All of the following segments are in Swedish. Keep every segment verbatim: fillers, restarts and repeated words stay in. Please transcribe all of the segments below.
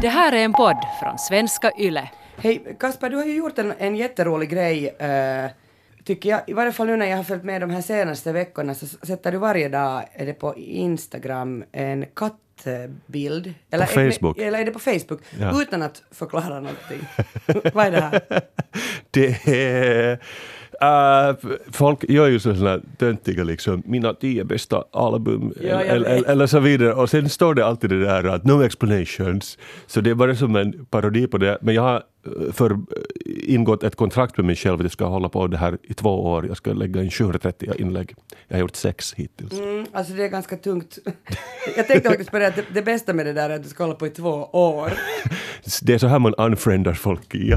Det här är en podd från Svenska Yle. Hej Kasper, du har ju gjort en, en jätterolig grej, uh, tycker jag. I varje fall nu när jag har följt med de här senaste veckorna så sätter du varje dag, är det på Instagram, en kattbild. Eller, på Facebook. Är, eller är det på Facebook? Ja. Utan att förklara någonting. Vad är det här? Det är... Uh, folk gör ju sådana töntiga liksom, mina tio bästa album Ja, eller, eller, eller så vidare, och sen står det alltid det där att no explanations, så det är bara som en parodi på det, men jag har för ingått ett kontrakt med mig själv att jag ska hålla på det här i två år, jag ska lägga in sjuhundratrettio inlägg, jag har gjort sex hittills. Mm, alltså det är ganska tungt. Jag tänkte faktiskt på det att det, det bästa med det där är att du ska hålla på i två år. Det är så här man unfriendar folk i. Ja.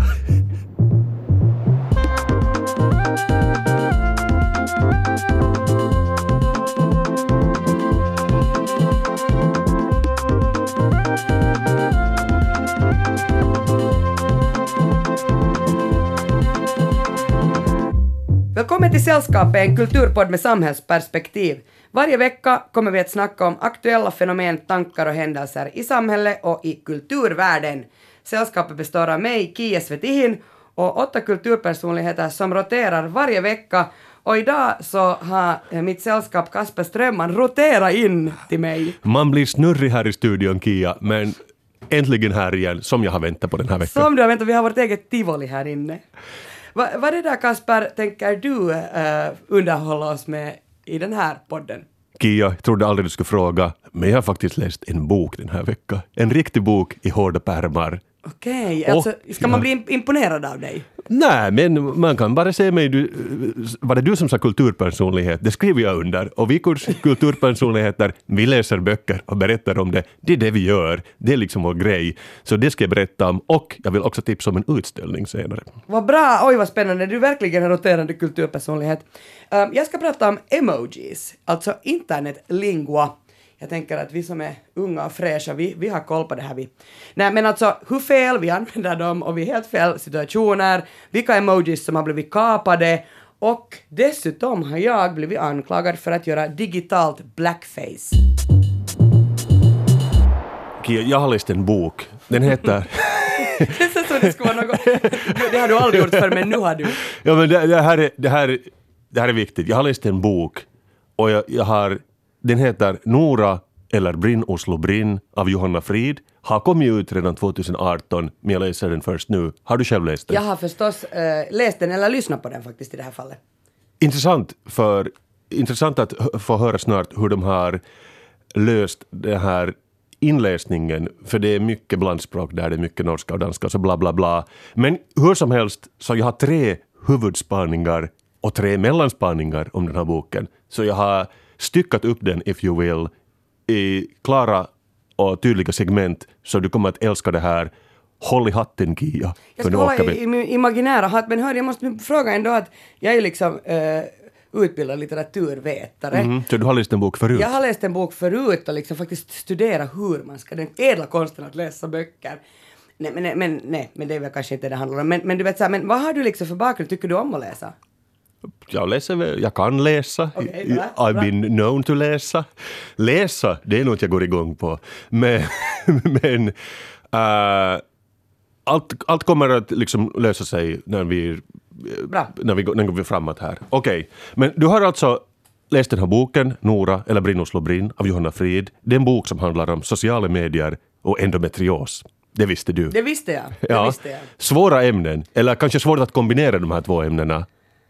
Välkommen till Sällskapet, en kulturpodd med samhällsperspektiv. Varje vecka kommer vi att snacka om aktuella fenomen, tankar och händelser i samhället och i kulturvärlden. Sällskapet består av mig, Kia Svetihin, och åtta kulturpersonligheter som roterar varje vecka. Och idag så har mitt sällskap Kasper Strömman roterat in till mig. Man blir snurrig här i studion, Kia, men äntligen här igen, som jag har väntat på den här veckan. Som du har väntat, vi har vårt eget tivoli här inne. Va, vad är det där, Kasper, tänker du uh, underhålla oss med i den här podden? Kia, jag trodde aldrig du skulle fråga, men jag har faktiskt läst en bok den här veckan. En riktig bok i hårda pärmar. Okej, alltså ska man bli imponerad av dig? Nej, men man kan bara se mig, du, var det du som sa kulturpersonlighet? Det skriver jag under. Och vi kulturpersonligheter, vi läser böcker och berättar om det. Det är det vi gör. Det är liksom vår grej. Så det ska jag berätta om. Och jag vill också tipsa om en utställning senare. Vad bra, oj vad spännande. Du är verkligen en roterande kulturpersonlighet. Um, jag ska prata om emojis, alltså internetlingua. Jag tänker att vi som är unga och fräscha, vi, vi har koll på det här. Vi. Nej, men alltså hur fel vi använder dem och vi är helt fel situationer, vilka emojis som har blivit kapade, och dessutom har jag blivit anklagad för att göra digitalt blackface. Kia, jag har läst en bok. Den heter... Det är så det skulle vara något. Det har du aldrig gjort för, men nu har du. Ja, men det, det, här är, det, här, det här är viktigt. Jag har läst en bok och jag, jag har... Den heter Nora eller Brinn Oslo Brinn av Johanna Frid. Har kommit ut redan tjugoarton, men jag läser den först nu. Har du själv läst den? Jag har förstås äh, läst den eller lyssnat på den faktiskt i det här fallet. Intressant, för, intressant att h- få höra snart hur de har löst den här inläsningen. För det är mycket blandspråk där, det är mycket norska och danska och så bla bla bla. Men hur som helst så jag har tre huvudspaningar och tre mellanspaningar om den här boken. Så jag har styckat upp den, if you will, i klara och tydliga segment, så du kommer att älska det här. Håll i hatten, Kia. Jag ska hålla i, i min imaginära hatt, men hör, jag måste fråga ändå att jag är ju liksom uh, utbildad litteraturvetare. Mm, så du har läst en bok förut? Jag har läst en bok förut och liksom faktiskt studerat hur man ska, den ädla konsten att läsa böcker. Nej, men, men, nej, men det är väl kanske inte det handlar om. Men, men du vet så här, men vad har du liksom för bakgrund? Tycker du om att läsa? Jag läser väl, jag kan läsa. Okay, bra, I've bra. been known to läsa. Läsa, det är något jag går igång på. Men, men uh, allt, allt kommer att liksom lösa sig när vi, Bra. när vi, när vi går framåt här. Okej, okay. Men du har alltså läst den här boken, Nora eller Brinn Oslo Brinn av Johanna Frid. Det är en bok som handlar om sociala medier och endometrios. Det visste du. Det visste jag. Det ja. visste jag. Svåra ämnen, eller kanske svårt att kombinera de här två ämnena.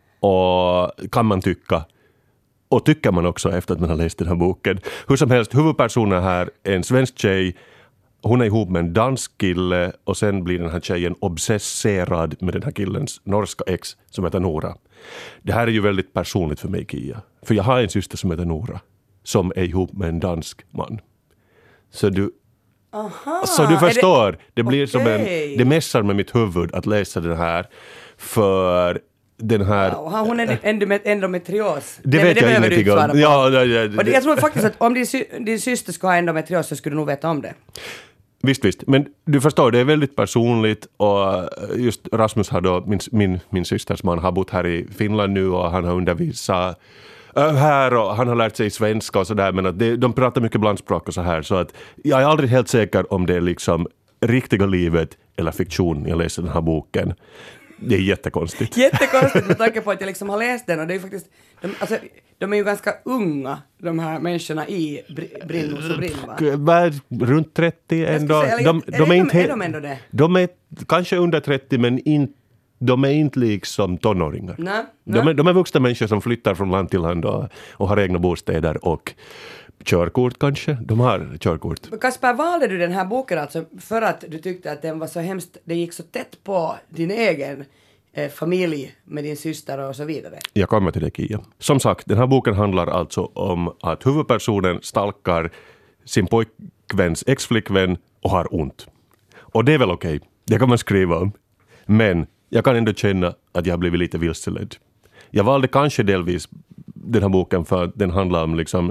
Och kan man tycka. Och tycker man också efter att man har läst den här boken. Hur som helst, huvudpersonen här är en svensk tjej. Hon är ihop med en dansk kille. Och sen blir den här tjejen obsesserad med den här killens norska ex som heter Nora. Det här är ju väldigt personligt för mig, Kia. För jag har en syster som heter Nora. Som är ihop med en dansk man. Så du... Aha, så du förstår. det, det blir okay. som en... Det mässar med mitt huvud att läsa den här. För... Den här, wow, har hon en endomet- endometrios? Det vet jag ingenting om. Ja, ja, ja, och det, jag tror faktiskt att om din, sy- din syster ska ha endometrios så skulle du nog veta om det. Visst, visst. Men du förstår, det är väldigt personligt. Och just Rasmus har då, min, min, min systers man har bott här i Finland nu och han har undervisat här och han har lärt sig svenska och sådär. Men att det, de pratar mycket blandspråk och så här. Så att jag är aldrig helt säker om det är liksom riktiga livet eller fiktion när jag läser den här boken. Det är jättekonstigt. Jättekonstigt med tanke på att jag liksom har läst den och det är ju faktiskt, de, alltså, de är ju ganska unga, de här människorna i Br- Brinnhos och Brinn, va? Runt trettio ändå. Säga, de, är, de är, är, inte, är de ändå det? De är kanske under trettio men in, de är inte liksom tonåringar. Nej, de, nej. är, de är vuxna människor som flyttar från land till land och, och har egna bostäder och körkort kanske. De har körkort. Kasper, valde du den här boken alltså för att du tyckte att den var så hemskt, det gick så tätt på din egen eh, familj med din syster och så vidare? Jag kommer till det, Kia. Som sagt, den här boken handlar alltså om att huvudpersonen stalkar sin pojkväns ex-flickvän och har ont. Och det är väl okej. Okay. Det kan man skriva om. Men jag kan ändå känna att jag har blivit lite vilseledd. Jag valde kanske delvis den här boken för att den handlar om liksom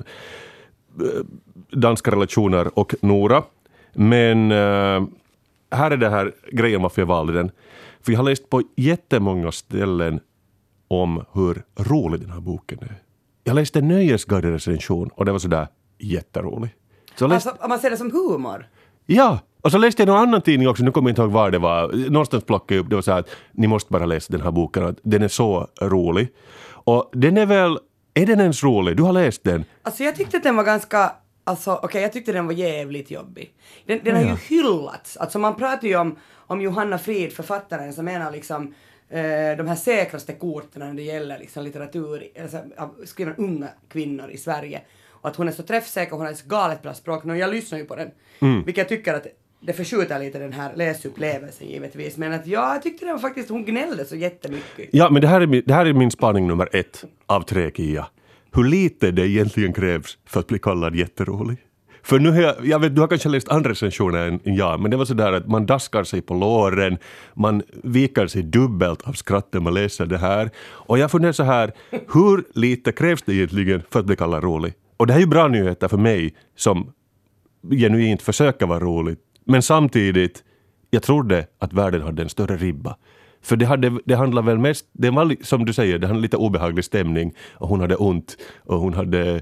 danska relationer och Nora. Men äh, här är det här grejen varför jag valde den. För jag har läst på jättemånga ställen om hur rolig den här boken är. Jag läste en nöjesguide-recension och det var sådär jätterolig. Så läste... Alltså, om man ser det som humor? Ja, och så läste jag någon annan tidning också, nu kommer jag inte ihåg var det var. Någonstans plockade jag upp, det var så här att ni måste bara läsa den här boken, att den är så rolig. Och den är väl, är den ens rolig? Du har läst den. Alltså jag tyckte att den var ganska, alltså okej okay, jag tyckte den var jävligt jobbig. Den, den har ju hyllats, alltså man pratar ju om, om Johanna Frid, författaren, som menar liksom eh, de här säkraste korten när det gäller liksom litteratur, alltså, skrivna unga kvinnor i Sverige. Och att hon är så träffsäker, hon har ett galet bra språk. Och jag lyssnar ju på den. Mm. Vilket jag tycker att det förskjuter lite den här läsupplevelsen givetvis. Men att ja, jag tyckte det var faktiskt, hon gnällde så jättemycket. Ja, men det här är min, det här är min spaning nummer ett av tre, Kia. Hur lite det egentligen krävs för att bli kallad jätterolig. För nu har jag, jag vet, du har kanske läst andra recensioner än, än jag, men det var sådär att man daskar sig på låren, man vikar sig dubbelt av skratt när man läser det här. Och jag funderar så här, hur lite krävs det egentligen för att bli kallad rolig? Och det här är ju bra nyheter för mig som genuint försöker vara roligt. Men samtidigt, jag trodde att världen hade en större ribba. För det, hade, det handlar väl mest, det var som du säger, det handlar lite obehaglig stämning. Och hon hade ont och hon hade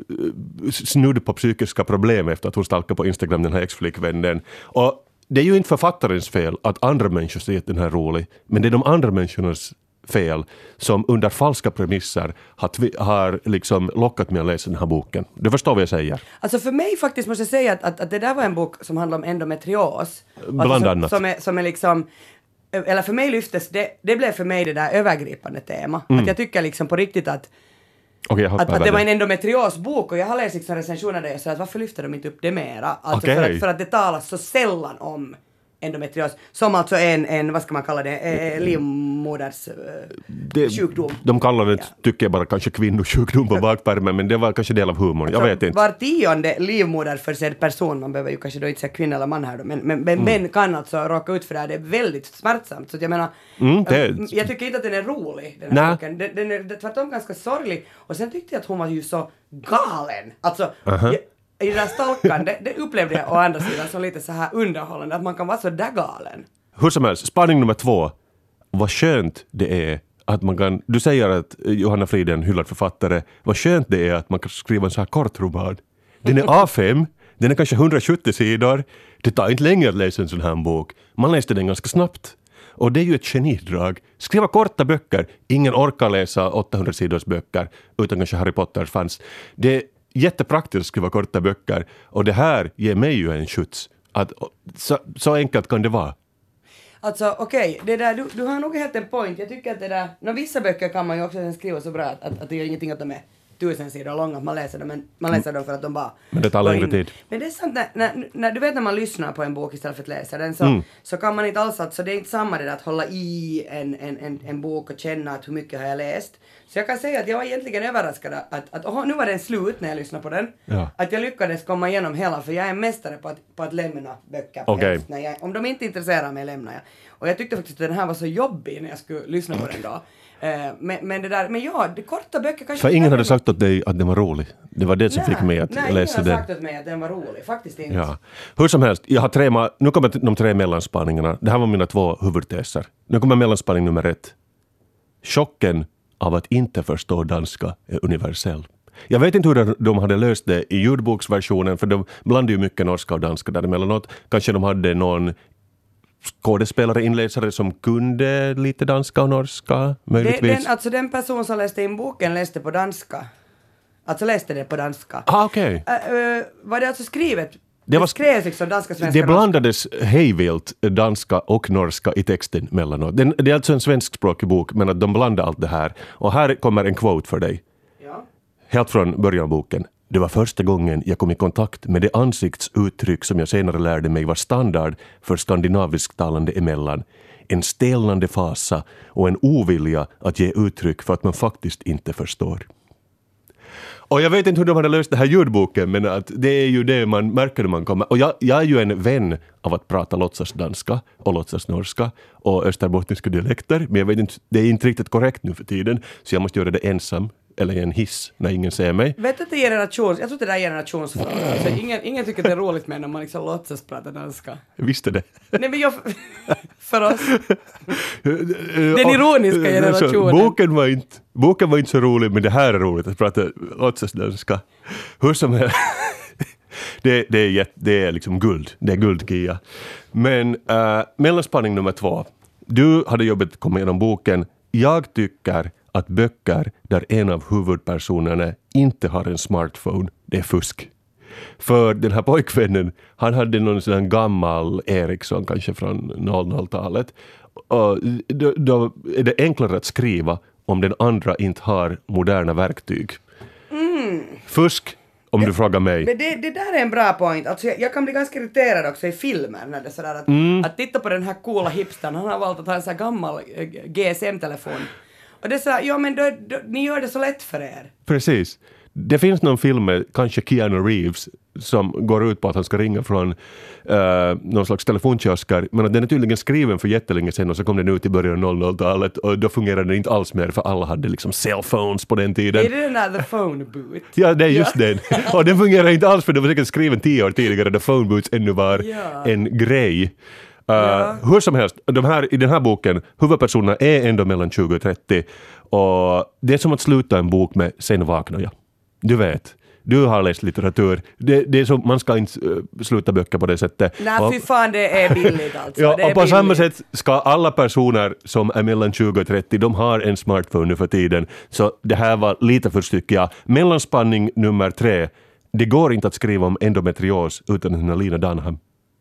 snudd på psykiska problem efter att hon stalkade på Instagram, den här ex-flickvännen. Och det är ju inte författarens fel att andra människor ser att den här rolig. Men det är de andra människornas fel som under falska premisser har, tv- har liksom lockat mig att läsa den här boken. Du förstår vad jag säger? Alltså för mig faktiskt måste jag säga att, att, att det där var en bok som handlar om endometrios. Bland alltså, annat. Som, som, är, som är liksom, eller för mig lyftes, det, det blev för mig det där övergripande tema. Mm. Att jag tycker liksom på riktigt att Okay, att, att det var en endometriosbok och jag har läst liksom recensioner där jag sa att varför lyfter de inte upp det mera? Alltså okay. för, att, för att det talas så sällan om endometrios, som alltså är en, en, vad ska man kalla det, eh, livmoders eh, det, sjukdom. De kallar det, ja. tycker jag bara kanske kvinnosjukdom på bakpärmen, men det var kanske del av humorn, alltså, jag vet inte. Var tionde livmoderförsedd person, man behöver ju kanske då inte säga kvinna eller man här då, men, men, men mm. män kan alltså råka ut för det här, det är väldigt smärtsamt. Så att jag menar, mm, det... jag tycker inte att den är rolig, den här boken. Den, den är tvärtom ganska sorglig, och sen tyckte jag att hon var ju så galen. Alltså, uh-huh. jag, i det där stalkan, det, det upplevde jag å andra sidan som lite så här underhållande, att man kan vara så där galen. Hur som helst, spaning nummer två. Vad skönt det är att man kan, du säger att Johanna Frid är en hyllad författare, vad skönt det är att man kan skriva en så här kort roman. Den är A fem, den är kanske hundrasjuttio sidor, det tar inte länge att läsa en sån här bok. Man läste den ganska snabbt. Och det är ju ett genidrag. Skriva korta böcker, ingen orkar läsa åttahundra sidors böcker, utan kanske Harry Potter fanns. Det är jättepraktiskt att skriva korta böcker, och det här ger mig ju en skjuts. Att, så, så enkelt kan det vara. Alltså okej, okay, det där, du, du har nog helt en point. Jag tycker att det där, no, vissa böcker kan man ju också skriva så bra att, att, att det gör ingenting att de är tusen sidor långa, man läser dem, men man läser dem för att de bara... Men det tar längre tid. Men det är sant, när, när, när, du vet när man lyssnar på en bok istället för att läsa den, så, mm. så kan man inte alls, alltså det är inte samma det där att hålla i en, en, en, en bok och känna att hur mycket har jag läst. Så jag kan säga att jag var egentligen överraskad att, att oh, nu var den slut när jag lyssnade på den. Ja. Att jag lyckades komma igenom hela, för jag är en mästare på att, på att lämna böcker. Okay. När jag, om de inte intresserar mig lämnar jag. Och jag tyckte faktiskt att den här var så jobbig när jag skulle lyssna på den då. Uh, men, men det där, men ja, det korta böcker kanske... För ingen hade sagt åt dig att den var rolig. Det var det som nej, fick mig att nej, läsa den. Nej, ingen har sagt åt mig att den var rolig. Faktiskt inte. Ja. Hur som helst, jag har tre, nu kommer de tre mellanspaningarna. Det här var mina två huvudteser. Nu kommer mellanspaning nummer ett. Chocken av att inte förstå danska är universell. Jag vet inte hur de hade löst det i ljudboksversionen, för de blandade ju mycket norska och danska däremellanåt. Kanske de hade någon skådespelare, inläsare som kunde lite danska och norska, möjligtvis. Den, alltså den person som läste in boken läste på danska. Alltså läste det på danska. Ah, okej. Okay. Uh, uh, var det alltså skrivet? Det, var, det skrevs liksom danska, svenska, det blandades hejvilt danska och norska i texten mellanåt. Det, det är alltså en svenskspråkig bok, men att de blandar allt det här. Och här kommer en quote för dig. Ja. Helt från början av boken. Det var första gången jag kom i kontakt med det ansiktsuttryck som jag senare lärde mig var standard för skandinavisktalande emellan. En stelnande fasa och en ovilja att ge uttryck för att man faktiskt inte förstår. Och jag vet inte hur de hade löst det här ljudboken, men att det är ju det man märker när man kommer. Och jag, jag är ju en vän av att prata låtsasdanska och låtsasnorska och österbottniska dialekter, men jag vet inte, det är inte riktigt korrekt nu för tiden, så jag måste göra det ensam eller i en hiss när ingen ser mig. Vet du att det är generations... Jag tror att det där är generationsfråga. Alltså, ingen, ingen tycker det är roligt med när man liksom låtsas prata danska. Jag visste det. Nej, men jag... För oss. Den ironiska generationen. Boken var, inte, boken var inte så rolig, men det här är roligt att prata låtsasdanska. Hur som helst. det, det, är jätt, det är liksom guld. Det är guld, Kia. Men uh, mellanspanning nummer två. Du hade jobbet komma igenom boken. Jag tycker att böcker där en av huvudpersonerna inte har en smartphone, det är fusk. För den här pojkvännen, han hade någon sån här gammal Ericsson kanske från noll noll-talet. Och då, då är det enklare att skriva om den andra inte har moderna verktyg. Mm. Fusk, om det, du frågar mig. Men det, det där är en bra point. Alltså jag, jag kan bli ganska irriterad också i filmer när det är sådär att, mm. att titta på den här coola hipstern, han har valt att ha en sån här gammal G S M-telefon. Och det är så här, ja men då, då, ni gör det så lätt för er. Precis. Det finns någon film med kanske Keanu Reeves som går ut på att han ska ringa från uh, någon slags telefonkiosker, men att den är tydligen skriven för jättelänge sedan och så kom den ut i början av noll noll-talet och då fungerade den inte alls mer för alla hade liksom cellphones på den tiden. Är det den där The Phone Boot? Ja, det är just ja. den. Och den fungerar inte alls för det var säkert skriven tio år tidigare där Phone Boots ännu var ja. en grej. Uh, ja. Hur som helst, de här, i den här boken, huvudpersonerna är ändå mellan tjugo och trettio och det är som att sluta en bok med sen vaknar jag. Du vet, du har läst litteratur. Det, det är så, man ska inte uh, sluta böcker på det sättet. Nej, fy fan, det är billigt alltså. Ja, det är och på billigt. samma sätt ska alla personer som är mellan tjugo och trettio, de har en smartphone nu för tiden. Så det här var lite för styck, ja. Mellanspanning nummer tre. Det går inte att skriva om endometrios utan den här Lina Dunham.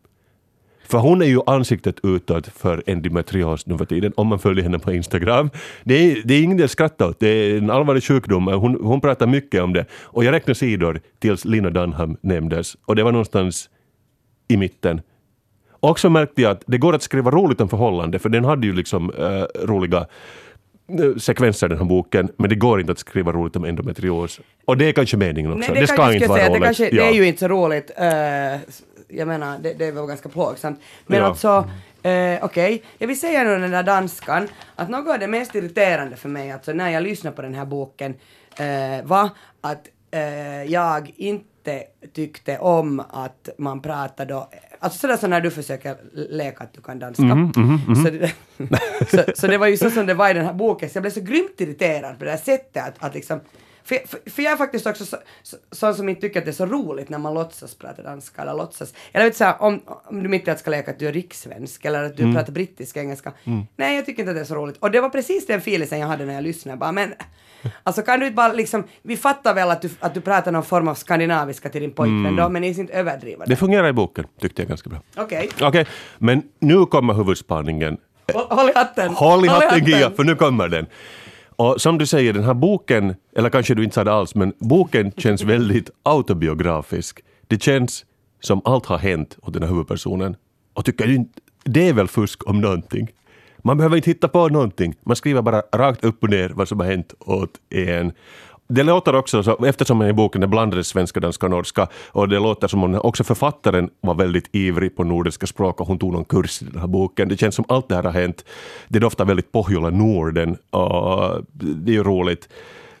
För hon är ju ansiktet utåt för endometrios nu för tiden, om man följer henne på Instagram. Det är, det är ingen del skratta åt, det är en allvarlig sjukdom. Hon, hon pratar mycket om det. Och jag räknar sidor tills Lina Dunham nämndes. Och det var någonstans i mitten. Och så märkte jag att det går att skriva roligt om förhållande, för den hade ju liksom uh, roliga sekvenser den här boken, men det går inte att skriva roligt om endometrios. Och det är kanske meningen också. Nej, det, det ska inte vara säga, roligt. Det, kanske, ja. det är ju inte så roligt. Uh, jag menar, det, det var ganska plågsamt. Men ja. alltså, uh, okej, okay. Jag vill säga nu den där danskan, att något av det mest irriterande för mig, alltså när jag lyssnar på den här boken, uh, var att uh, jag inte tyckte om att man pratade då, alltså sådär så när du försöker leka att du kan danska. Mm, mm, mm. Så, det, så, så det var ju så som det var i den här boken, så jag blev så grymt irriterad på det här sättet att, att liksom, för, för, för jag är faktiskt också så, så, sån som inte tycker att det är så roligt när man låtsas prata danska eller låtsas, eller vet så här, om, om du mitt i att ska leka att du är rikssvensk eller att du mm. pratar brittisk engelska. Mm. Nej, jag tycker inte att det är så roligt. Och det var precis den feelingen jag hade när jag lyssnade, bara, men alltså kan du inte bara liksom, vi fattar väl att du, att du pratar någon form av skandinaviska till din pojkvän mm. då, men ni inte överdriva det. Det fungerar i boken, tyckte jag ganska bra. Okej. Okay. Okej, okay, men nu kommer huvudspaningen. Håll i hatten. Håll i hatten, Gia, för nu kommer den. Och som du säger, den här boken, eller kanske du inte sa det alls, men boken känns väldigt autobiografisk. Det känns som allt har hänt åt den här huvudpersonen. Och tycker du inte, det är väl fusk om någonting. Man behöver inte hitta på någonting. Man skriver bara rakt upp och ner vad som har hänt åt en. Det låter också, så, eftersom i boken det blandades svenska, danska och norska, och det låter som om också författaren var väldigt ivrig på nordiska språk och hon tog någon kurs i den här boken. Det känns som allt det här har hänt. Det doftar väldigt Pohjola Norden och det är ju roligt.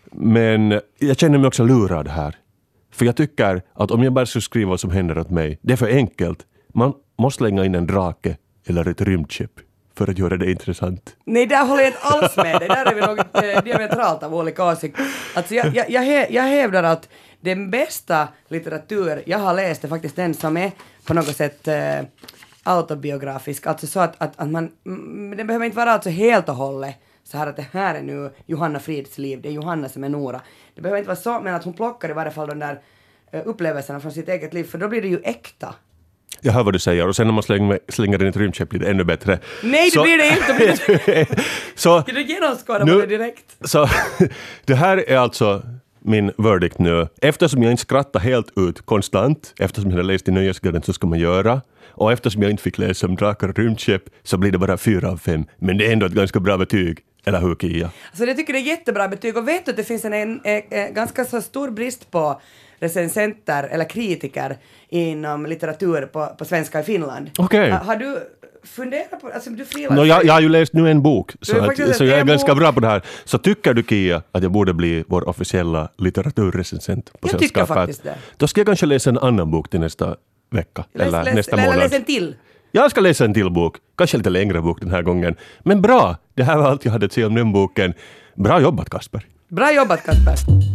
Men jag känner mig också lurad här. För jag tycker att om jag bara skulle skriva vad som händer åt mig, det är för enkelt. Man måste slänga in en drake eller ett rymdskepp för att göra det intressant. Nej, där håller jag inte alls med. Det där är vi något eh, diametralt av olika åsikter. Alltså jag, jag, jag, hä- jag hävdar att den bästa litteratur jag har läst är faktiskt den som är på något sätt eh, autobiografisk. Alltså så att, att, att man, mm, det behöver inte vara alltså helt och hållet så här att det här är nu Johanna Frids liv, det är Johanna som är Nora. Det behöver inte vara så, men att hon plockar i varje fall de där eh, upplevelserna från sitt eget liv, för då blir det ju äkta. Jag hör vad du säger, och sen när man slänger, slänger in ett rymdskepp blir det ännu bättre. Nej, så, det blir det inte! Blir det... så, Ska du genomskåda på det direkt? Så det här är alltså min verdict nu. Eftersom jag inte skrattar helt ut konstant, eftersom jag har läst i Nöjesguiden så ska man göra, och eftersom jag inte fick läsa om drakar och rymdskepp så blir det bara fyra av fem. Men det är ändå ett ganska bra betyg. Eller hur, Kia? Alltså jag tycker det är jättebra betyg, och vet du att det finns en, en, en, en ganska så stor brist på recensenter eller kritiker inom litteratur på, på svenska i Finland. Okej. Okay. Ha, har du funderat på, alltså du frilansar? No, jag, jag har ju läst nu en bok, så, att, så jag är en ganska bok. bra på det här. Så tycker du, Kia, att jag borde bli vår officiella litteraturrecensent på Jag tycker faktiskt det. Då ska jag kanske läsa en annan bok till nästa vecka. Läs, eller läs, nästa eller månad. läs en till. Jag ska läsa en till bok. Kanske lite längre bok den här gången. Men bra, det här var allt jag hade att säga om den boken. Bra jobbat, Kasper. Bra jobbat, Kasper.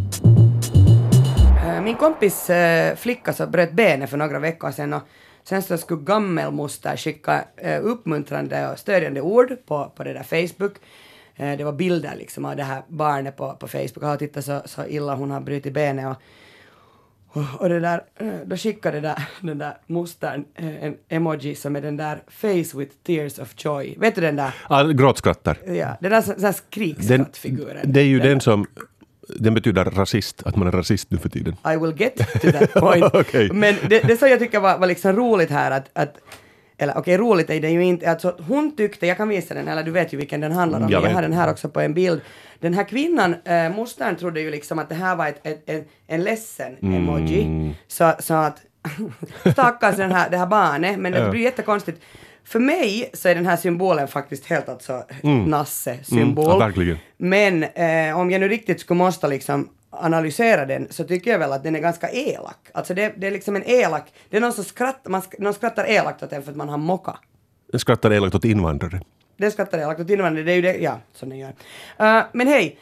Min kompis äh, flicka så bröt benet för några veckor sedan, och sen så skulle gammelmoster skicka äh, uppmuntrande och stödjande ord på, på det där Facebook. Äh, det var bilder liksom av det här barnet på, på Facebook. Jag har tittat så, så illa hon har brutit benet, och Och, och det där, då skickade där, den där mostern en emoji som är den där face with tears of joy. Vet du den där? Ah, gråtskrattar. Ja, den där så, så skrikskrattfiguren. Det är ju den, den som, den betyder rasist, att man är rasist nu för tiden. I will get to that point. Okay. Men det, det som jag tycker var, var liksom roligt här, att, att eller okej, okay, roligt är det ju inte, alltså hon tyckte, jag kan visa den, eller du vet ju vilken den handlar om, jag, jag har den här också på en bild. Den här kvinnan, äh, mostern trodde ju liksom att det här var ett, ett, en, en ledsen emoji, mm. så, så att stackars den här, det här barnet, men det ja. blir jättekonstigt. För mig så är den här symbolen faktiskt helt alltså mm. nasse-symbol. Mm, ja, verkligen. Men äh, om jag nu riktigt skulle måste liksom analysera den, så tycker jag väl att den är ganska elak. Alltså det, det är liksom en elak, det är någon som skrattar, man, någon skrattar elakt åt en för att man har mocka. Den skrattar elakt åt invandrare. Den skrattar elakt åt invandrare, det är ju det, ja, som den gör. Uh, men hej,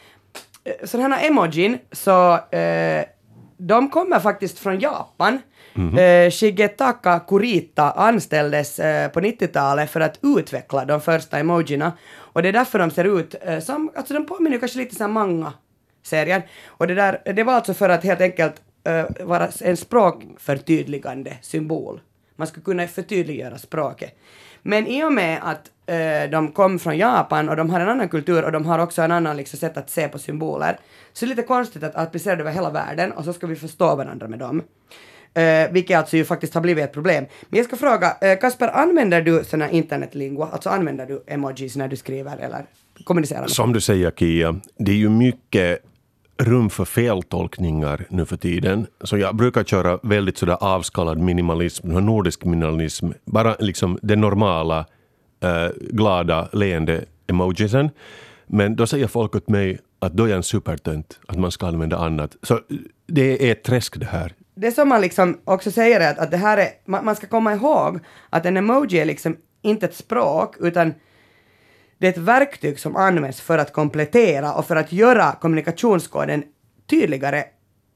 så den här emojin, så uh, de kommer faktiskt från Japan. Mm-hmm. Uh, Shigetaka Kurita anställdes uh, på nittiotalet för att utveckla de första emojierna. Och det är därför de ser ut uh, som, alltså de påminner kanske lite som manga serien. Och det där, det var alltså för att helt enkelt uh, vara en språkförtydligande symbol. Man skulle kunna förtydliggöra språket. Men i och med att uh, de kom från Japan och de har en annan kultur och de har också en annan liksom, sätt att se på symboler, så är det lite konstigt att applicera det över hela världen, och så ska vi förstå varandra med dem. Uh, vilket alltså ju faktiskt har blivit ett problem. Men jag ska fråga, uh, Kasper, använder du såna internetlingua? Alltså använder du emojis när du skriver eller kommunicerar? Som du säger, Kia, det är ju mycket rum för feltolkningar nu för tiden. Så jag brukar köra väldigt sådär avskalad minimalism, nordisk minimalism, bara liksom det normala äh, glada, leende emojisen. Men då säger folk åt mig att då är jag en supertönt, att man ska använda annat. Så det är ett träsk det här. Det som man liksom också säger är att, att det här är, man, man ska komma ihåg att en emoji är liksom inte ett språk, utan det är ett verktyg som används för att komplettera och för att göra kommunikationskoden tydligare.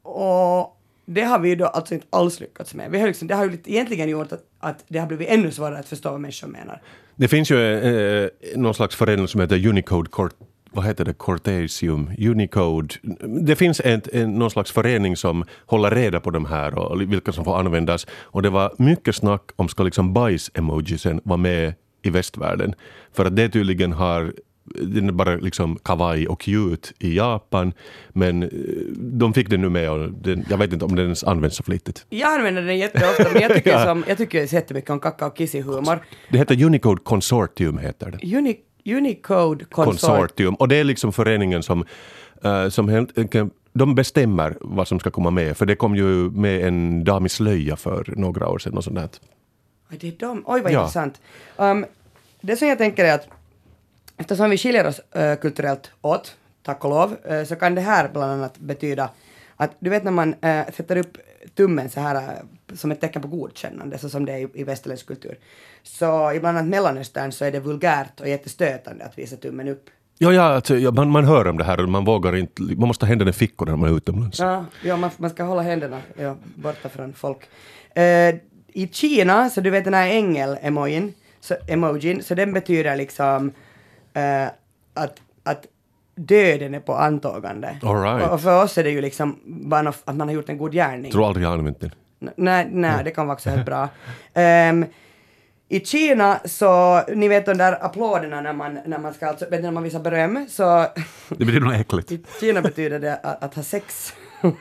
Och det har vi ju då alltså inte alls lyckats med. Vi har liksom, det har ju egentligen gjort att, att det har blivit ännu svårare att förstå vad människor menar. Det finns ju eh, någon slags förening som heter Unicode Court. Vad heter det? Cortesium, Unicode. Det finns en, en, någon slags förening som håller reda på de här och vilka som får användas. Och det var mycket snack om ska liksom bajs-emojisen vara med i västvärlden. För att det tydligen har, den är bara liksom kawaii och cute i Japan, men de fick den nu med och den, jag vet inte om den ens används så flitigt. Jag använder den jätteofta, men jag tycker, ja. som, jag tycker jättemycket om kaka och kissi-humor. Det heter Unicode Consortium heter det. Uni, Unicode Consort. Consortium. Och det är liksom föreningen som, uh, som helt enkelt, de bestämmer vad som ska komma med. För det kom ju med en dam i slöja för några år sedan och sånt där. Det är de. Oj, vad ja. intressant. Um, det som jag tänker är att eftersom vi skiljer oss uh, kulturellt åt, tack och lov, uh, så kan det här bland annat betyda att du vet när man uh, sätter upp tummen så här äh, som ett tecken på godkännande, så som det är i, i västerländsk kultur. Så i bland annat Mellanöstern så är det vulgärt och jättestötande att visa tummen upp. Ja, ja, alltså, ja man, man hör om det här och man vågar inte, man måste ha händerna i fickorna när man är utomlands. Ja, ja man, man ska hålla händerna ja, borta från folk. Uh, I Kina, så du vet den här ängel-emojin, så, emojin, så den betyder liksom uh, att, att döden är på antågande. All right. och, och för oss är det ju liksom bara att man har gjort en god gärning. Tror aldrig jag har använt den. N- nej, nej mm. det kan vara också helt bra. Um, I Kina så, ni vet de där applåderna när man, när man ska, alltså, vet ni, när man visar beröm, så... Det blir nog äckligt. I Kina betyder det att, att ha sex.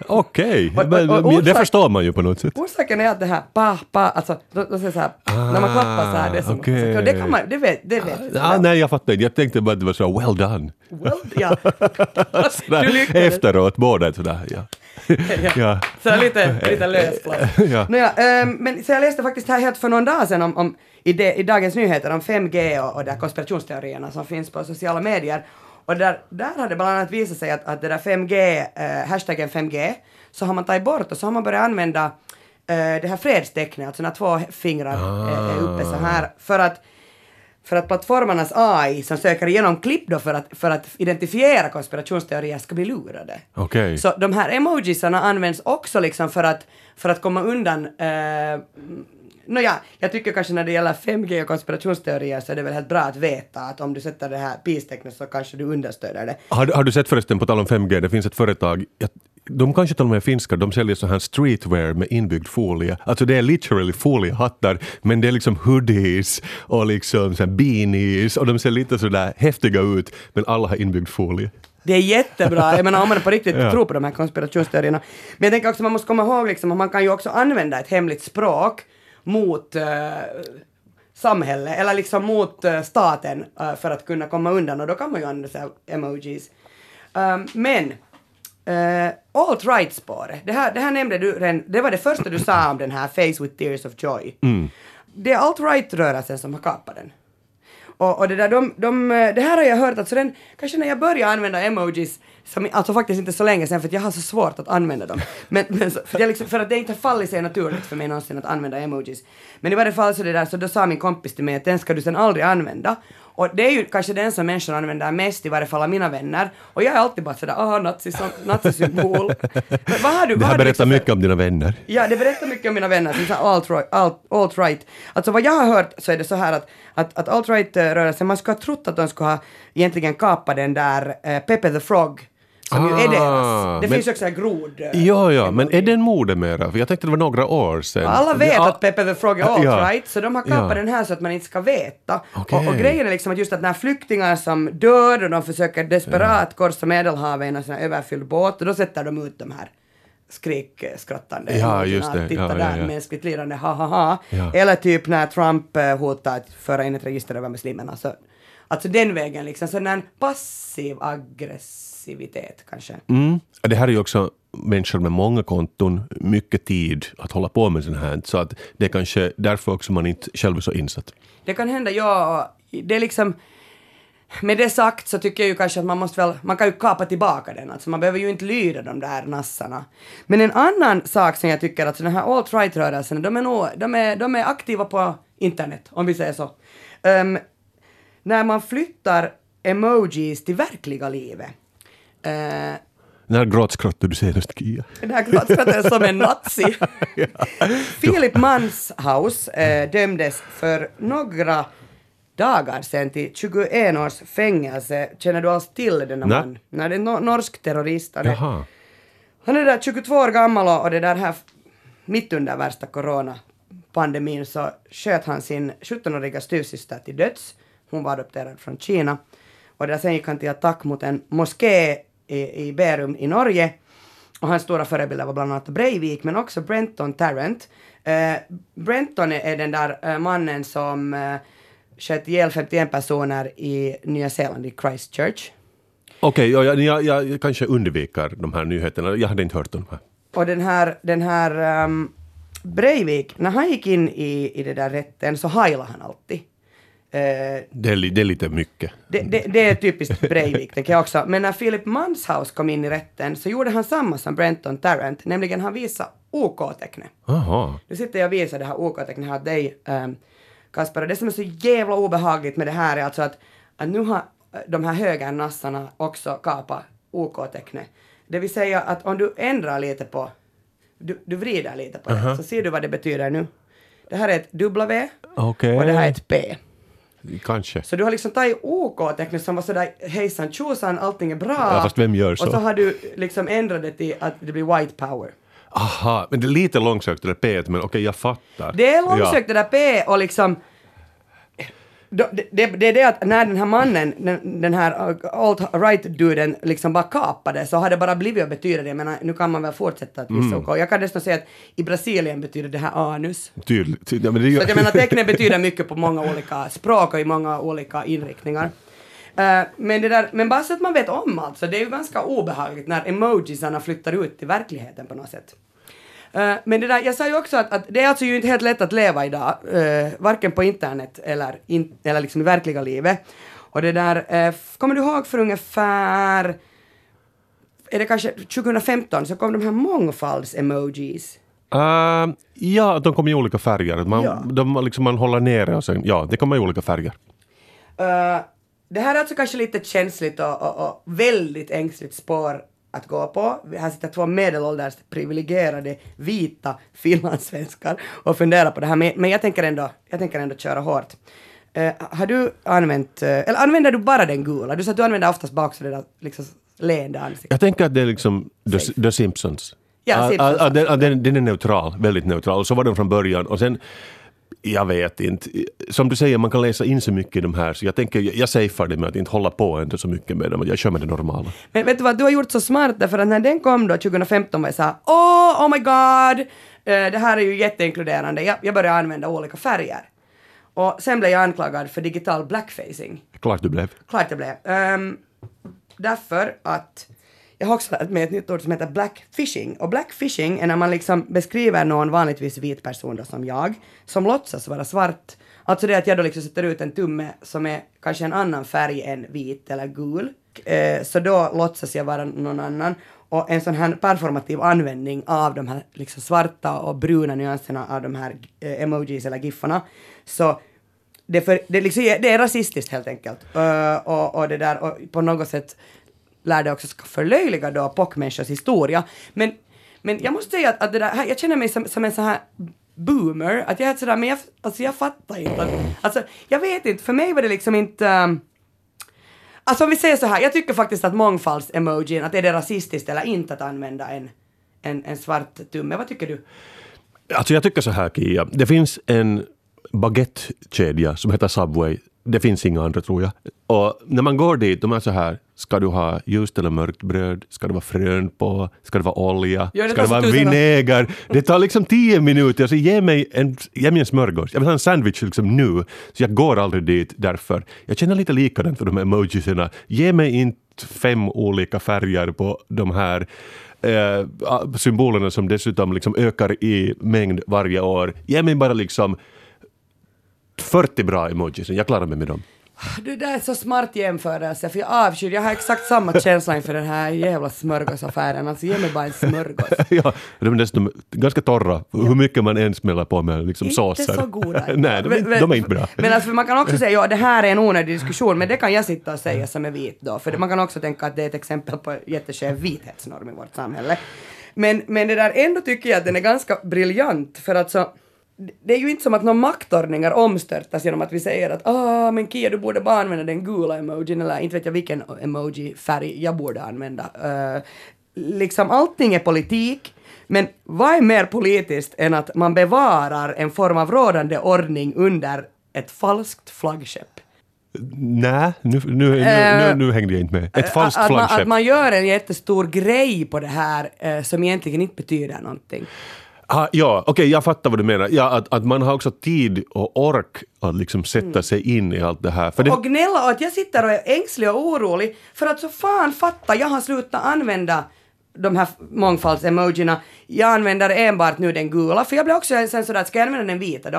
Okej, Och- men och- och det orsak- förstår man ju på något sätt. Orsaken är att det här pa, pa, alltså, då, då säger så här, när man klappar så här, det är som, okej. så, det kan man, det vet, det vet vi. Ah, nej, jag fattar inte. Jag tänkte bara att det var så well done. Well, ja. Sådär, Du lyckades. efteråt, båda sådär, ja. ja. Så lite, lite lösklapp. Ja. Nåja, ähm, men så jag läste faktiskt här helt för någon dag sedan om, om i, de, i Dagens Nyheter om fem G och, och de konspirationsteorierna som finns på sociala medier. Och där, där har det bland annat visat sig att, att det där fem G, äh, hashtaggen fem G, så har man tagit bort och så har man börjat använda äh, det här fredstecknet, alltså när två fingrar Ah. är, är uppe så här, för att för att plattformarnas A I som söker igenom klipp då för att, för att identifiera konspirationsteorier ska bli lurade. Okej. Så de här emojisarna används också liksom för att, för att komma undan... Eh, Nåja, jag tycker kanske när det gäller fem G och konspirationsteorier så är det väl helt bra att veta att om du sätter det här pistecknet så kanske du understöder det. Har, har du sett förresten, på tal om fem G, det finns ett företag, jag, de kanske till och med är finska, de säljer så här streetwear med inbyggd folie. Alltså det är literally foliehattar, men det är liksom hoodies och liksom så här beanies och de ser lite sådär häftiga ut, men alla har inbyggd folie. Det är jättebra, jag menar om man på riktigt Ja. tror på de här konspirationsteorierna. Men jag tänker också man måste komma ihåg liksom att man kan ju också använda ett hemligt språk mot uh, samhälle eller liksom mot uh, staten uh, för att kunna komma undan, och då kan man ju använda sig av emojis. Um, men uh, alt-right-spåret, det här, det här nämnde du redan, det var det första du sa om den här Face with Tears of Joy. Mm. Det är alt-right-rörelsen som har kapat den. Och, och det där, de, de, det här har jag hört, alltså den, kanske när jag började använda emojis, som, alltså faktiskt inte så länge sedan för att jag har så svårt att använda dem. Men, men så, för, jag liksom, för att det inte har fallit sig naturligt för mig någonsin att använda emojis. Men i varje fall så det där, så då sa min kompis till mig att den ska du sen aldrig använda. Och det är ju kanske den som människor använder mest, i varje fall av mina vänner. Och jag är alltid bara sådär, ah, nazisom, nazisymbol. Men vad har du? Det Vad här har du berättar liksom, mycket om dina vänner. Ja, det berättar mycket om mina vänner, som sagt alt-right, alt, alt-right. Alltså vad jag har hört så är det så här att, att, att alt-right-rörelsen, man skulle ha trott att de skulle ha egentligen kapat den där uh, Pepe the Frog, som ju är Ah, deras. Det men- finns ju också en grod... uh, Ja, ja, men är den mode mera? För jag tänkte det var några år sedan. Alla vet Ja, att Pepe the Frog är ja. alt-right, så de har kapat Ja. den här så att man inte ska veta. Okej. Och, och grejen är liksom att just att när flyktingar som dör och de försöker desperat korsa Medelhavet i en sån här överfylld båt, och då sätter de ut de här skrikskrattande Ja, emojierna, just det. att titta Ja, ja, där, ja. mänskligt lidande, ha ha ha. Ja. Eller typ när Trump eh, hotar att föra in ett register över muslimerna. Så, alltså den vägen liksom, så en passiv aggressivitet kanske. Mm. Det här är ju också människor med många konton, mycket tid att hålla på med sånt här. Så att det är kanske därför också man inte själv är så insatt. Det kan hända, ja, det är liksom, med det sagt så tycker jag ju kanske att man måste väl, man kan ju kapa tillbaka den, alltså man behöver ju inte lyda de där nassarna. Men en annan sak som jag tycker, att den här alt-right-rörelsen, de är nog, de är, de är aktiva på internet, om vi säger så. Um, när man flyttar emojis till verkliga livet, uh, När gråtskrattar du senast, Kia? det här glasskrattet som en nazi. Philip Manshaus eh, dömdes för några dagar sedan till tjugoett års fängelse. Känner du alls till denna Nej. man? Nej, det är en no- norsk terrorist. Han är, Jaha. han är där tjugotvå år gammal och- och det där här mitt under värsta coronapandemin så sköt han sin sjuttonåriga styvsyster till döds. Hon var adopterad från Kina. Och där sen gick han till attack mot en moské i, i Bærum i Norge. Och hans stora förebilder var bland annat Breivik, men också Brenton Tarrant. Eh, Brenton är, är den där eh, mannen som eh, sköt ihjäl femtioen personer i Nya Zeeland, i Christchurch. Okej, ja, jag, jag, jag kanske undviker de här nyheterna. Jag hade inte hört om de här. Och den här, den här um, Breivik, när han gick in i, i det där rätten så heilade han alltid. Eh, det, är, li- det är lite mycket. Det, det, det är typiskt Breivik, tänker jag också. Men när Philip Manshaus kom in i rätten så gjorde han samma som Brenton Tarrant, nämligen han visade O K-tecknet. Aha. Nu sitter jag och visar det här O K-tecknet här åt dig, um, Kasper. Och det som är så jävla obehagligt med det här är alltså att, att nu har de här högernassarna också kapat O K-tecknet. Det vill säga att om du ändrar lite på, du, du vrider lite på uh-huh. det, så ser du vad det betyder nu. Det här är ett W okay. och det här är ett P. Kanske. Så du har liksom tagit O K-tecknet som var sådär hejsan tjosan, allting är bra. Ja, fast vem gör så? Och så har du liksom ändrat det till att det blir white power. Aha, men det är lite långsökt det där P, men okej, okay, jag fattar. Det är långsökt ja. det där P och liksom det, det, det är det att när den här mannen, den, den här alt-right-duden liksom bara kapade så har det bara blivit att betyda det. Men nu kan man väl fortsätta att vissa mm. Jag kan dessutom säga att i Brasilien betyder det här anus. Tydligt. Ja, men det gör... Så att jag menar tecknet betyder mycket på många olika språk och i många olika inriktningar. Uh, men, det där, men bara så att man vet om allt, så det är ju ganska obehagligt när emojisarna flyttar ut till verkligheten på något sätt. Uh, men det där, jag sa ju också att, att det är alltså ju inte helt lätt att leva idag, uh, varken på internet eller, in, eller liksom i verkliga livet. Och det där, uh, kommer du ihåg för ungefär, är det kanske tjugo femton, så kom de här mångfalds-emojis. Uh, ja, de kommer i olika färger. Man, ja. de, liksom, man håller nere och sen, ja, det kommer i olika färger. Uh, det här är alltså kanske lite känsligt och, och, och väldigt ängsligt spår att gå på. Här sitter två medelålders privilegierade vita finlandssvenskar och funderar på det här. Men, men jag tänker ändå, jag tänker ändå köra hårt. Uh, har du använt, uh, eller använder du bara den gula? Du sa att du använder oftast bara också det där liksom leende ansiktet. Jag tänker att det är liksom The, The Simpsons. Ja, Simpsons. Uh, uh, den, uh, den, den är neutral, väldigt neutral. Och så var den från början. Och sen, jag vet inte. Som du säger, man kan läsa in så mycket i de här. Så jag tänker, jag, jag safear det med att inte hålla på ändå så mycket med dem. Jag kör med det normala. Men vet du vad, du har gjort så smart därför att när den kom då tjugo femton var jag såhär, åh, oh my god, uh, det här är ju jätteinkluderande. Jag, jag började använda olika färger. Och sen blev jag anklagad för digital blackfacing. Klart du blev. Klart jag blev. Um, därför att jag har också lärt mig ett nytt ord som heter blackfishing. Och blackfishing är när man liksom beskriver någon vanligtvis vit person då, som jag, som låtsas vara svart. Alltså det att jag då liksom sätter ut en tumme som är kanske en annan färg än vit eller gul. Eh, så då låtsas jag vara någon annan. Och en sån här performativ användning av de här liksom svarta och bruna nyanserna av de här eh, emojis eller giffarna. Så det, för, det, liksom, det är rasistiskt helt enkelt. Uh, och, och det där, och på något sätt lärde också ska förlöjliga då pockmänniskors historia. Men, men jag måste säga att, att det där, jag känner mig som, som en sån här boomer. Att jag är sådär, men jag, alltså jag fattar inte. Att, alltså, jag vet inte, för mig var det liksom inte... Um, alltså om vi säger så här, jag tycker faktiskt att mångfalds-emojin, att är det rasistiskt eller inte att använda en, en, en svart tumme. Vad tycker du? Alltså jag tycker så här, Kia. Det finns en baguette-kedja som heter Subway. Det finns inga andra, tror jag. Och när man går dit, de är så här, ska du ha ljust eller mörkt bröd? Ska det vara frön på? Ska det vara olja? Ja, det ska det vara vinäger? Det tar liksom tio minuter. Så ge mig en, ge mig en smörgås. Jag vill ha en sandwich liksom nu. Så jag går aldrig dit därför. Jag känner lite likadant för de här emojisarna. Ge mig inte fem olika färger på de här eh, symbolerna som dessutom liksom ökar i mängd varje år. Ge mig bara liksom fyrtio bra emojis. Jag klarar mig med dem. Du, det är så smart jämförelse, för jag avskyr, jag har exakt samma känsla inför den här jävla smörgåsaffären. Alltså ge mig bara en smörgås. Ja, de är dessutom ganska torra. Ja. Hur mycket man än smäller på med liksom såser. Inte så goda. Nej, de, men, de är inte bra. Men alltså, man kan också säga, ja, det här är en onödig diskussion, men det kan jag sitta och säga som är vit då. För det, man kan också tänka att det är ett exempel på jätteskev vithetsnorm i vårt samhälle. Men, men det där ändå tycker jag att den är ganska briljant, för att så... Det är ju inte som att några maktordningar omstörtas genom att vi säger att ah, men Kia, du borde bara använda den gula emojin, eller inte vet jag vilken emoji-färg jag borde använda. Uh, liksom allting är politik, men vad är mer politiskt än att man bevarar en form av rådande ordning under ett falskt flaggskepp? Nej, nu, nu, nu, nu, nu hängde jag inte med. Ett falskt att, flaggskepp. Man, att man gör en jättestor grej på det här uh, som egentligen inte betyder någonting. Ah, ja, okej, okay, jag fattar vad du menar. Ja, att, att man har också tid och ork att liksom sätta mm. sig in i allt det här. För det... Och gnälla och att jag sitter och är ängslig och orolig för att så fan fatta, jag har slutat använda de här mångfalds-emojierna. Jag använder enbart nu den gula, för jag blir också sen sådär att ska jag använda den vita då?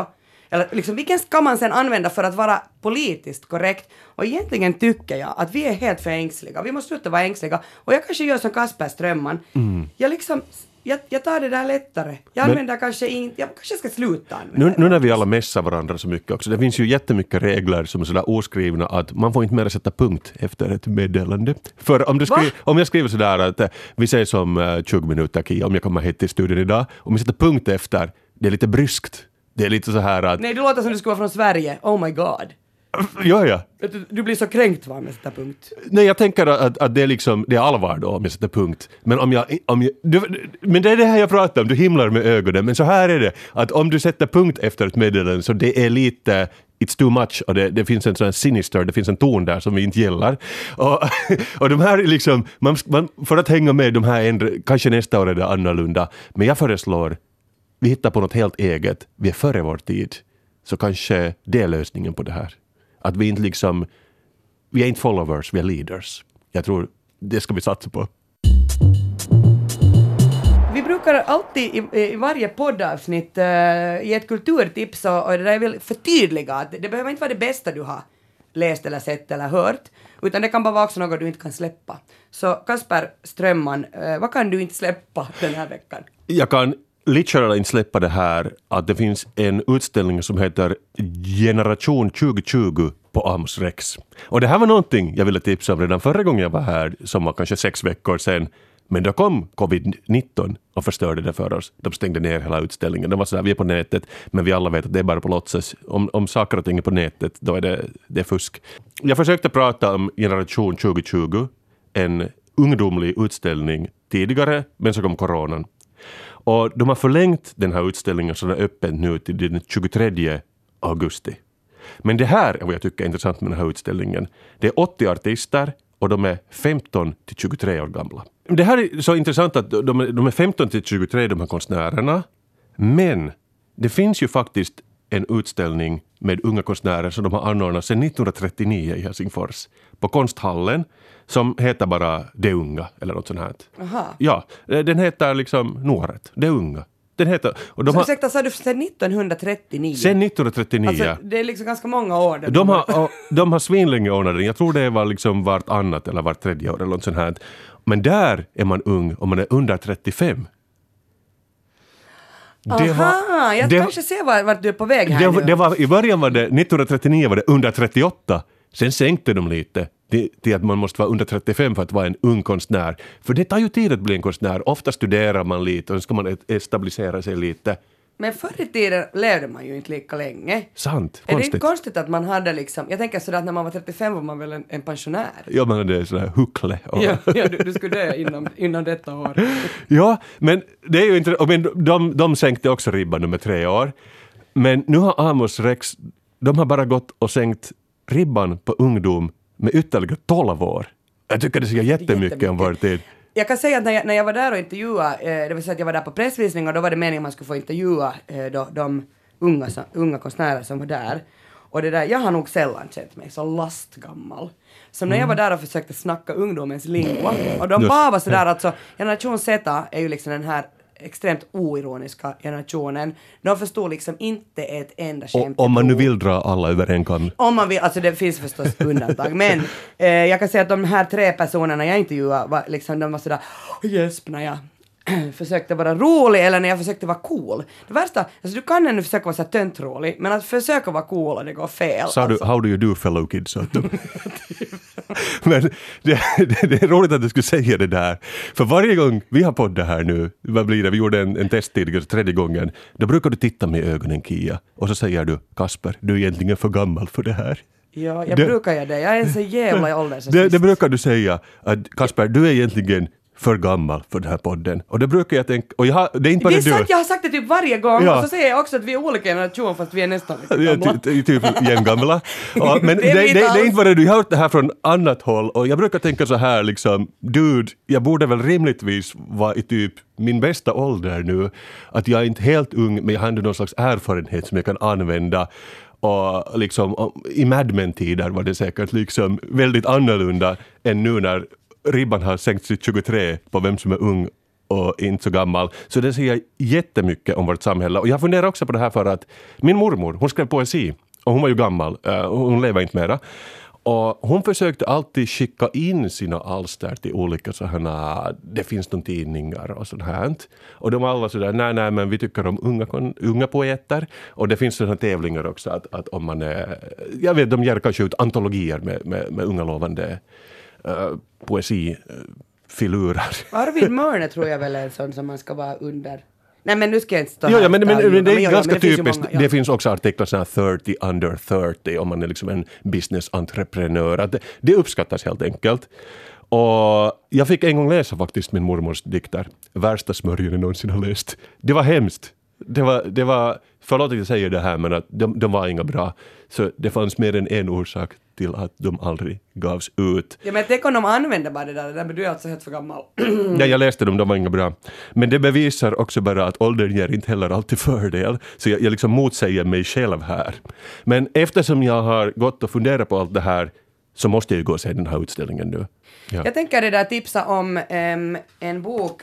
Eller liksom, vilken ska man sen använda för att vara politiskt korrekt? Och egentligen tycker jag att vi är helt för ängsliga. Vi måste sluta vara ängsliga. Och jag kanske gör som Kasper Strömman. Mm. Jag liksom... Jag, jag tar det där lättare. Jag Men, använder kanske inte... Jag kanske ska sluta använda nu, nu när vi alla mässar varandra så mycket också. Det finns ju jättemycket regler som är sådär oskrivna att man får inte mer sätta punkt efter ett meddelande. För om, du skri, om jag skriver sådär att vi ses om uh, tjugo minuter Kia, om jag kommer hit till studion idag. Om jag sätter punkt efter, det är lite bryskt. Det är lite så här att... Nej, du låter som du skulle vara från Sverige. Oh my god. Ja, ja. Du, du blir så kränkt va med sätta punkt. Nej, jag tänker att, att det är liksom, det är allvar då om jag sätter punkt. Men om jag, om jag du, men det är det här jag pratar om, du himlar med ögonen. Men så här är det, att om du sätter punkt efter ett meddelande så det är lite, it's too much och det, det finns en sån här sinister, det finns en ton där som vi inte gillar. Och, och de här liksom, man, man, för att hänga med de här, ändra, kanske nästa år är det annorlunda. Men jag föreslår, vi hittar på något helt eget, vi är före vår tid. Så kanske det är lösningen på det här. Att vi inte liksom, vi är inte followers, vi är leaders. Jag tror det ska vi satsa på. Vi brukar alltid i, i varje poddavsnitt uh, ge ett kulturtips och, och det där är väl förtydliga att det behöver inte vara det bästa du har läst eller sett eller hört, utan det kan bara vara också något du inte kan släppa. Så Kasper Strömman, uh, vad kan du inte släppa den här veckan? Jag kan literally inte släppa det här att det finns en utställning som heter Generation tjugo tjugo på Amos Rex. Och det här var någonting jag ville tipsa om redan förra gången jag var här, som var kanske sex veckor sedan. Men då kom covid nitton och förstörde det för oss. De stängde ner hela utställningen. De var sådär, vi är på nätet, men vi alla vet att det är bara på låtsas. Om, om saker och ting är på nätet, då är det, det är fusk. Jag försökte prata om Generation tjugo tjugo, en ungdomlig utställning tidigare, men så kom coronan. Och de har förlängt den här utställningen så den är öppen nu till den tjugotredje augusti. Men det här är vad jag tycker är intressant med den här utställningen. Det är åttio artister och de är femton till tjugotre år gamla. Det här är så intressant att de är, de är femton till tjugotre, de här konstnärerna. Men det finns ju faktiskt en utställning med unga konstnärer som de har anordnat sedan nittonhundratrettionio i Helsingfors på Konsthallen, som heter bara Det unga eller något sånt här. Aha. Ja, den heter liksom Nuoret, Det unga. Den heter, och de så har, ursäkta, sa du sedan nittonhundratrettionio? Sen nittonhundratrettionio. Alltså, det är liksom ganska många år. De har, de har svinlänge ordnat den. Jag tror det var liksom vart annat eller vart tredje år eller något sånt här. Men där är man ung och man är under trettiofem. Det Aha, var, jag det, kanske ser vart, vart du är på väg här det, nu. Det var, I början var det, nittonhundratrettionio var det under trettioåtta. Sen sänkte de lite till, till att man måste vara under trettiofem för att vara en ung konstnär. För det tar ju tid att bli en konstnär. Ofta studerar man lite och så ska man stabilisera sig lite. Men förr i tiden lärde man ju inte lika länge. Sant, är konstigt. Är det inte konstigt att man hade liksom... Jag tänker sådär att när man var trettiofem var man väl en, en pensionär. Ja, man hade sådär huckle. Och... ja, ja du, du skulle dö inom, inom detta år. Ja, men det är ju inte... Men de, de sänkte också ribban nummer tre år. Men nu har Amos Rex... De har bara gått och sänkt ribban på ungdom med ytterligare tolv år. Jag tycker det säger jättemycket, jättemycket om vår tid. Jag kan säga att när jag, när jag var där och intervjuade, eh, det vill säga att jag var där på pressvisning och då var det meningen att man skulle få intervjua eh, då, de unga, unga konstnärer som var där. Och det där, jag har nog sällan känt mig så lastgammal. Som när jag var där och försökte snacka ungdomens lingua. Och de bara var sådär, alltså, generation Z är ju liksom den här extremt oironiska generationen. De förstår liksom inte ett enda skämt. Om man nu vill dra alla över en kam. Om man vill, alltså det finns förstås undantag. Men eh, jag kan säga att de här tre personerna jag intervjuade var liksom, de var sådär gäsp när jag försökte vara rolig eller när jag försökte vara cool. Det värsta, alltså du kan ännu försöka vara så töntrolig, men att försöka vara cool och det går fel. Sa alltså. du, how do you do fellow kids? Men det, det, det är roligt att du skulle säga det där. För varje gång vi har poddat här nu, vad blir det? Vi gjorde en, en test tidigare, tredje gången. Då brukar du titta med ögonen, Kia. Och så säger du, Kasper, du är egentligen för gammal för det här. Ja, jag det, brukar ju det. Jag är en så jävla ålders. Det, det brukar du säga, att Kasper, du är egentligen för gammal för den här podden. Och det brukar jag tänka... Och jag har, det är inte bara det är du. sant, jag har sagt det typ varje gång. Ja. Och så säger jag också att vi är olika generationer fast vi är nästan lika gamla. Ja, typ jämngamla. Ja, men det, är det, det, det är inte bara du. Jag har hört det här från annat håll. Och jag brukar tänka så här liksom... Dude, jag borde väl rimligtvis vara i typ min bästa ålder nu. Att jag är inte helt ung, men jag har ändå någon slags erfarenhet som jag kan använda. Och liksom i Mad Men-tider var det säkert liksom väldigt annorlunda än nu när ribban har sänkts till tjugotre på vem som är ung och inte så gammal. Så det säger jättemycket om vårt samhälle. Och jag funderar också på det här för att min mormor, hon skrev poesi. Och hon var ju gammal, uh, hon lever inte mera. Och hon försökte alltid skicka in sina alster till olika sådana, det finns någon tidningar och sånt här. Och de var alla sådär, nej nej men vi tycker om unga, unga poeter. Och det finns sådana tävlingar också att, att om man är, jag vet de ger kanske ut antologier med, med, med unga lovande uh, poesifilurer. Arvid Mörne tror jag väl är en sån som man ska vara under. Nej men nu ska jag inte stå jo, här. Ja, men, men, men det är ja, ganska men det typiskt. Finns många, ja. Det finns också artiklar sådana thirty under thirty om man är liksom en business-entreprenör. Att det, det uppskattas helt enkelt. Och jag fick en gång läsa faktiskt min mormors dikter. Värsta smörjen jag någonsin har läst. Det var hemskt. Det var, det var, förlåt att jag säger det här men att de, de var inga bra. Så det fanns mer än en orsak till att de aldrig gavs ut. Ja men tänk om de använder bara det där, det där men du är alltså helt för gammal. Ja, jag läste dem, de var inga bra. Men det bevisar också bara att åldern ger inte heller alltid fördel. Så jag, jag liksom motsäger mig själv här. Men eftersom jag har gått och funderat på allt det här så måste jag ju gå och se den här utställningen nu. Ja. Jag tänker det där tipsa om um, en bok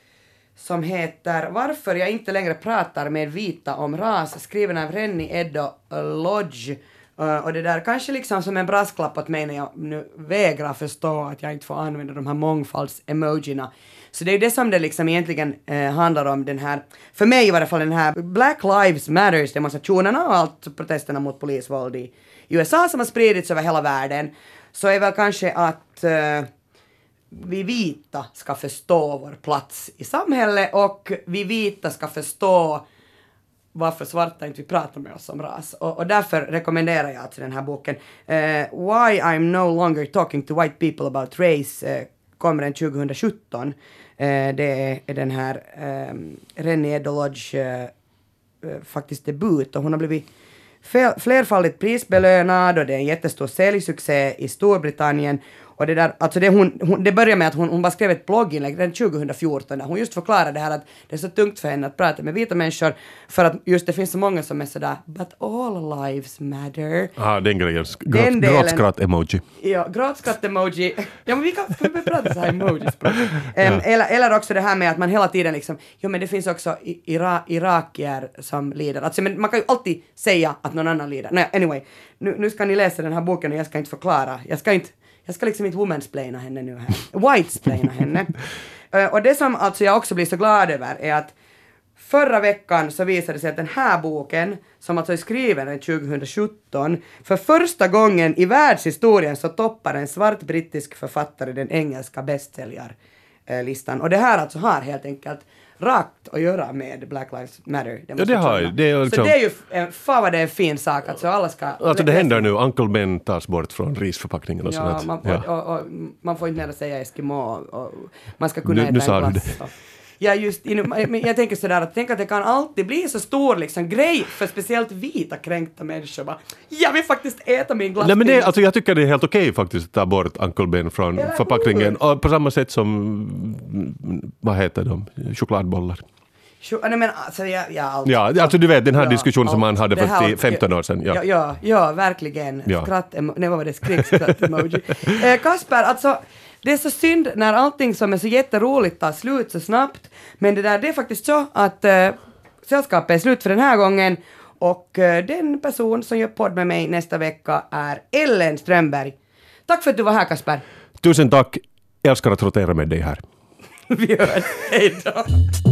som heter Varför jag inte längre pratar med vita om ras, skriven av Rennie Edo Lodge. Uh, och det där kanske liksom som en brasklapp åt mig när jag nu vägrar förstå att jag inte får använda de här mångfalds-emojierna. Så det är det som det liksom egentligen uh, handlar om, den här, för mig i varje fall den här Black Lives Matters demonstrationerna och allt protesterna mot polisvåld i U S A som har spridits över hela världen. Så är väl kanske att uh, vi vita ska förstå vår plats i samhället och vi vita ska förstå varför svarta inte vill prata med oss om ras. Och, och därför rekommenderar jag alltså den här boken. Uh, Why I'm no longer talking to white people about race uh, kommer den tjugo sjutton. Uh, det är den här um, Rennie Edo Lodge uh, uh, faktiskt debut och hon har blivit flerfaldigt prisbelönad och det är en jättestor säljsuccé i Storbritannien. Och det där, alltså det, hon, hon, det börjar med att hon, hon bara skrev ett blogginlägg den tjugo fjorton där hon just förklarade det här att det är så tungt för henne att prata med vita människor för att just det finns så många som är sådär but all lives matter. Ja, ah, den grejen. Gråt, gråtskratt-emoji. Ja, gråtskratt-emoji. Ja, men vi kan, kan vi prata så här emoji-språk. Um, ja. eller, eller också det här med att man hela tiden liksom, jo men det finns också ira, irakier som lider. Alltså, men man kan ju alltid säga att någon annan lider. Nej, anyway, nu, nu ska ni läsa den här boken och jag ska inte förklara. Jag ska inte Jag ska liksom inte womansplaina henne nu här. Whitesplaina henne. uh, och det som alltså jag också blir så glad över är att förra veckan så visade det sig att den här boken, som alltså är skriven den tjugo sjutton, för första gången i världshistorien så toppar en svart brittisk författare den engelska bestsäljarlistan. Och det här alltså har helt enkelt rakt att göra med Black Lives Matter. Ja, det har ju. Det är liksom... Så det är ju, fan vad det är en fin sak. Alltså alla ska... Alltså det händer nu. Uncle Ben tas bort från risförpackningen och ja, sånt. Man får, ja, och, och, man får inte mer säga Eskimo och man ska kunna nu, äta nu en sa glass. du det. Och, ja, just, men jag tänker sådär att tänk att det kan alltid bli så stor liksom grej för speciellt vita kränkta människor. Bara, jag vill faktiskt äta min glass. Nej, men det, alltså, jag tycker det är helt okej faktiskt att ta bort Uncle Ben från Eller förpackningen. hur? Och på samma sätt som, vad heter de? Chokladbollar. Nej, men alltså, ja, ja, alltså, ja, alltså du vet den här ja, diskussionen som man hade för här, femton år sedan. Ja, ja, ja, ja verkligen. Ja. Skratt, nej vad var det? Skrik-skratt-emoji. eh, Kasper, alltså det är så synd när allting som är så jätteroligt tar slut så snabbt. Men det där, det är faktiskt så att eh, sällskapet är slut för den här gången. Och eh, den person som gör podd med mig nästa vecka är Ellen Strömberg. Tack för att du var här, Kasper. Tusen tack. Jag älskar att rotera med dig här. Vi hörs. Hej då.